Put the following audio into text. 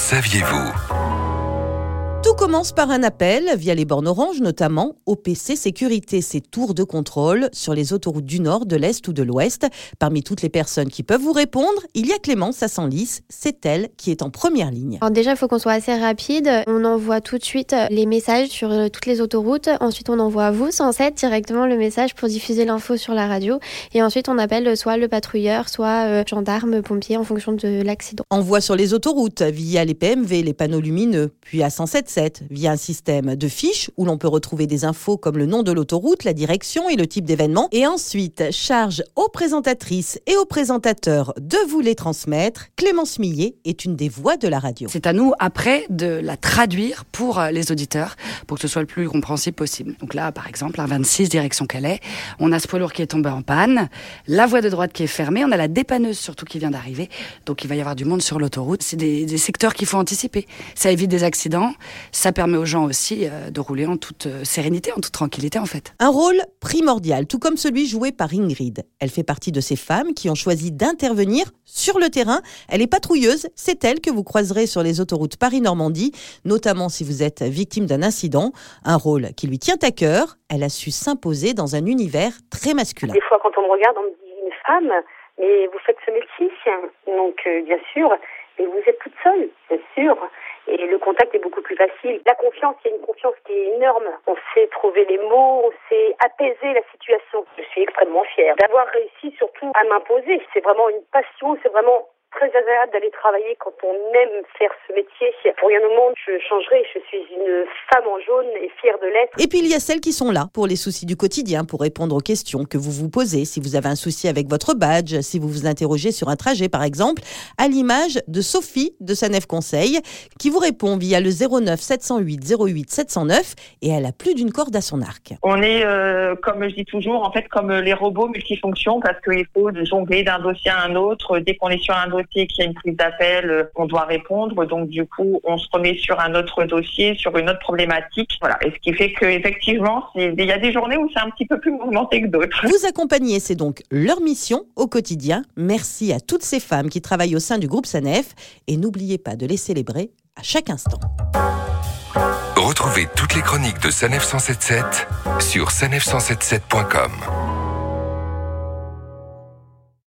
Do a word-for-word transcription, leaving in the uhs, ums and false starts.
saviez-vous ? Tout commence par un appel, via les bornes Orange notamment, au P C Sécurité, ces tours de contrôle sur les autoroutes du Nord, de l'Est ou de l'Ouest. Parmi toutes les personnes qui peuvent vous répondre, il y a Clémence à Senlis, c'est elle qui est en première ligne. Alors déjà, il faut qu'on soit assez rapide. On envoie tout de suite les messages sur toutes les autoroutes. Ensuite, on envoie à vous, cent sept, directement le message pour diffuser l'info sur la radio. Et ensuite, on appelle soit le patrouilleur, soit euh, gendarme, pompier, en fonction de l'accident. Envoi sur les autoroutes, via les P M V, les panneaux lumineux, puis à cent sept sept, via un système de fiches où l'on peut retrouver des infos comme le nom de l'autoroute, la direction et le type d'événement. Et ensuite, charge aux présentatrices et aux présentateurs de vous les transmettre. Clémence Millet est une des voix de la radio. C'est à nous, après, de la traduire pour les auditeurs, pour que ce soit le plus compréhensible possible. Donc là, par exemple, un vingt-six, direction Calais, on a ce poids lourd qui est tombé en panne, la voie de droite qui est fermée, on a la dépanneuse surtout qui vient d'arriver, donc il va y avoir du monde sur l'autoroute. C'est des, des secteurs qu'il faut anticiper. Ça évite des accidents, ça permet aux gens aussi euh, de rouler en toute euh, sérénité, en toute tranquillité en fait. Un rôle primordial, tout comme celui joué par Ingrid. Elle fait partie de ces femmes qui ont choisi d'intervenir sur le terrain. Elle est patrouilleuse, c'est elle que vous croiserez sur les autoroutes Paris-Normandie, notamment si vous êtes victime d'un incident. Un rôle qui lui tient à cœur. Elle a su s'imposer dans un univers très masculin. Des fois, quand on me regarde, on me dit « une femme, mais vous faites ce métier ?» Donc, euh, bien sûr, mais vous êtes toute seule, bien sûr. Et le contact est beaucoup plus facile. La confiance, il y a une confiance qui est énorme. On sait trouver les mots, on sait apaiser la situation. Je suis extrêmement fière d'avoir réussi surtout à m'imposer. C'est vraiment une passion, c'est vraiment très agréable d'aller travailler quand on aime faire ce métier. Pour rien au monde, je changerai. Je suis une femme en jaune et fière de l'être. Et puis il y a celles qui sont là pour les soucis du quotidien, pour répondre aux questions que vous vous posez. Si vous avez un souci avec votre badge, si vous vous interrogez sur un trajet par exemple, à l'image de Sophie de Sanef Conseil, qui vous répond via le zéro neuf sept zéro huit zéro huit sept zéro neuf et elle a plus d'une corde à son arc. On est, euh, comme je dis toujours, en fait comme les robots multifonctions parce qu'il faut jongler d'un dossier à un autre. Dès qu'on est sur un dossier qu'il y a une prise d'appel, on doit répondre. Donc du coup, on se remet sur un autre dossier, sur une autre problématique. Voilà. Et ce qui fait qu'effectivement, il y a des journées où c'est un petit peu plus mouvementé que d'autres. Vous accompagner, c'est donc leur mission au quotidien. Merci à toutes ces femmes qui travaillent au sein du groupe Sanef et n'oubliez pas de les célébrer à chaque instant. Retrouvez toutes les chroniques de Sanef cent soixante-dix-sept sur sanef cent soixante-dix-sept point com.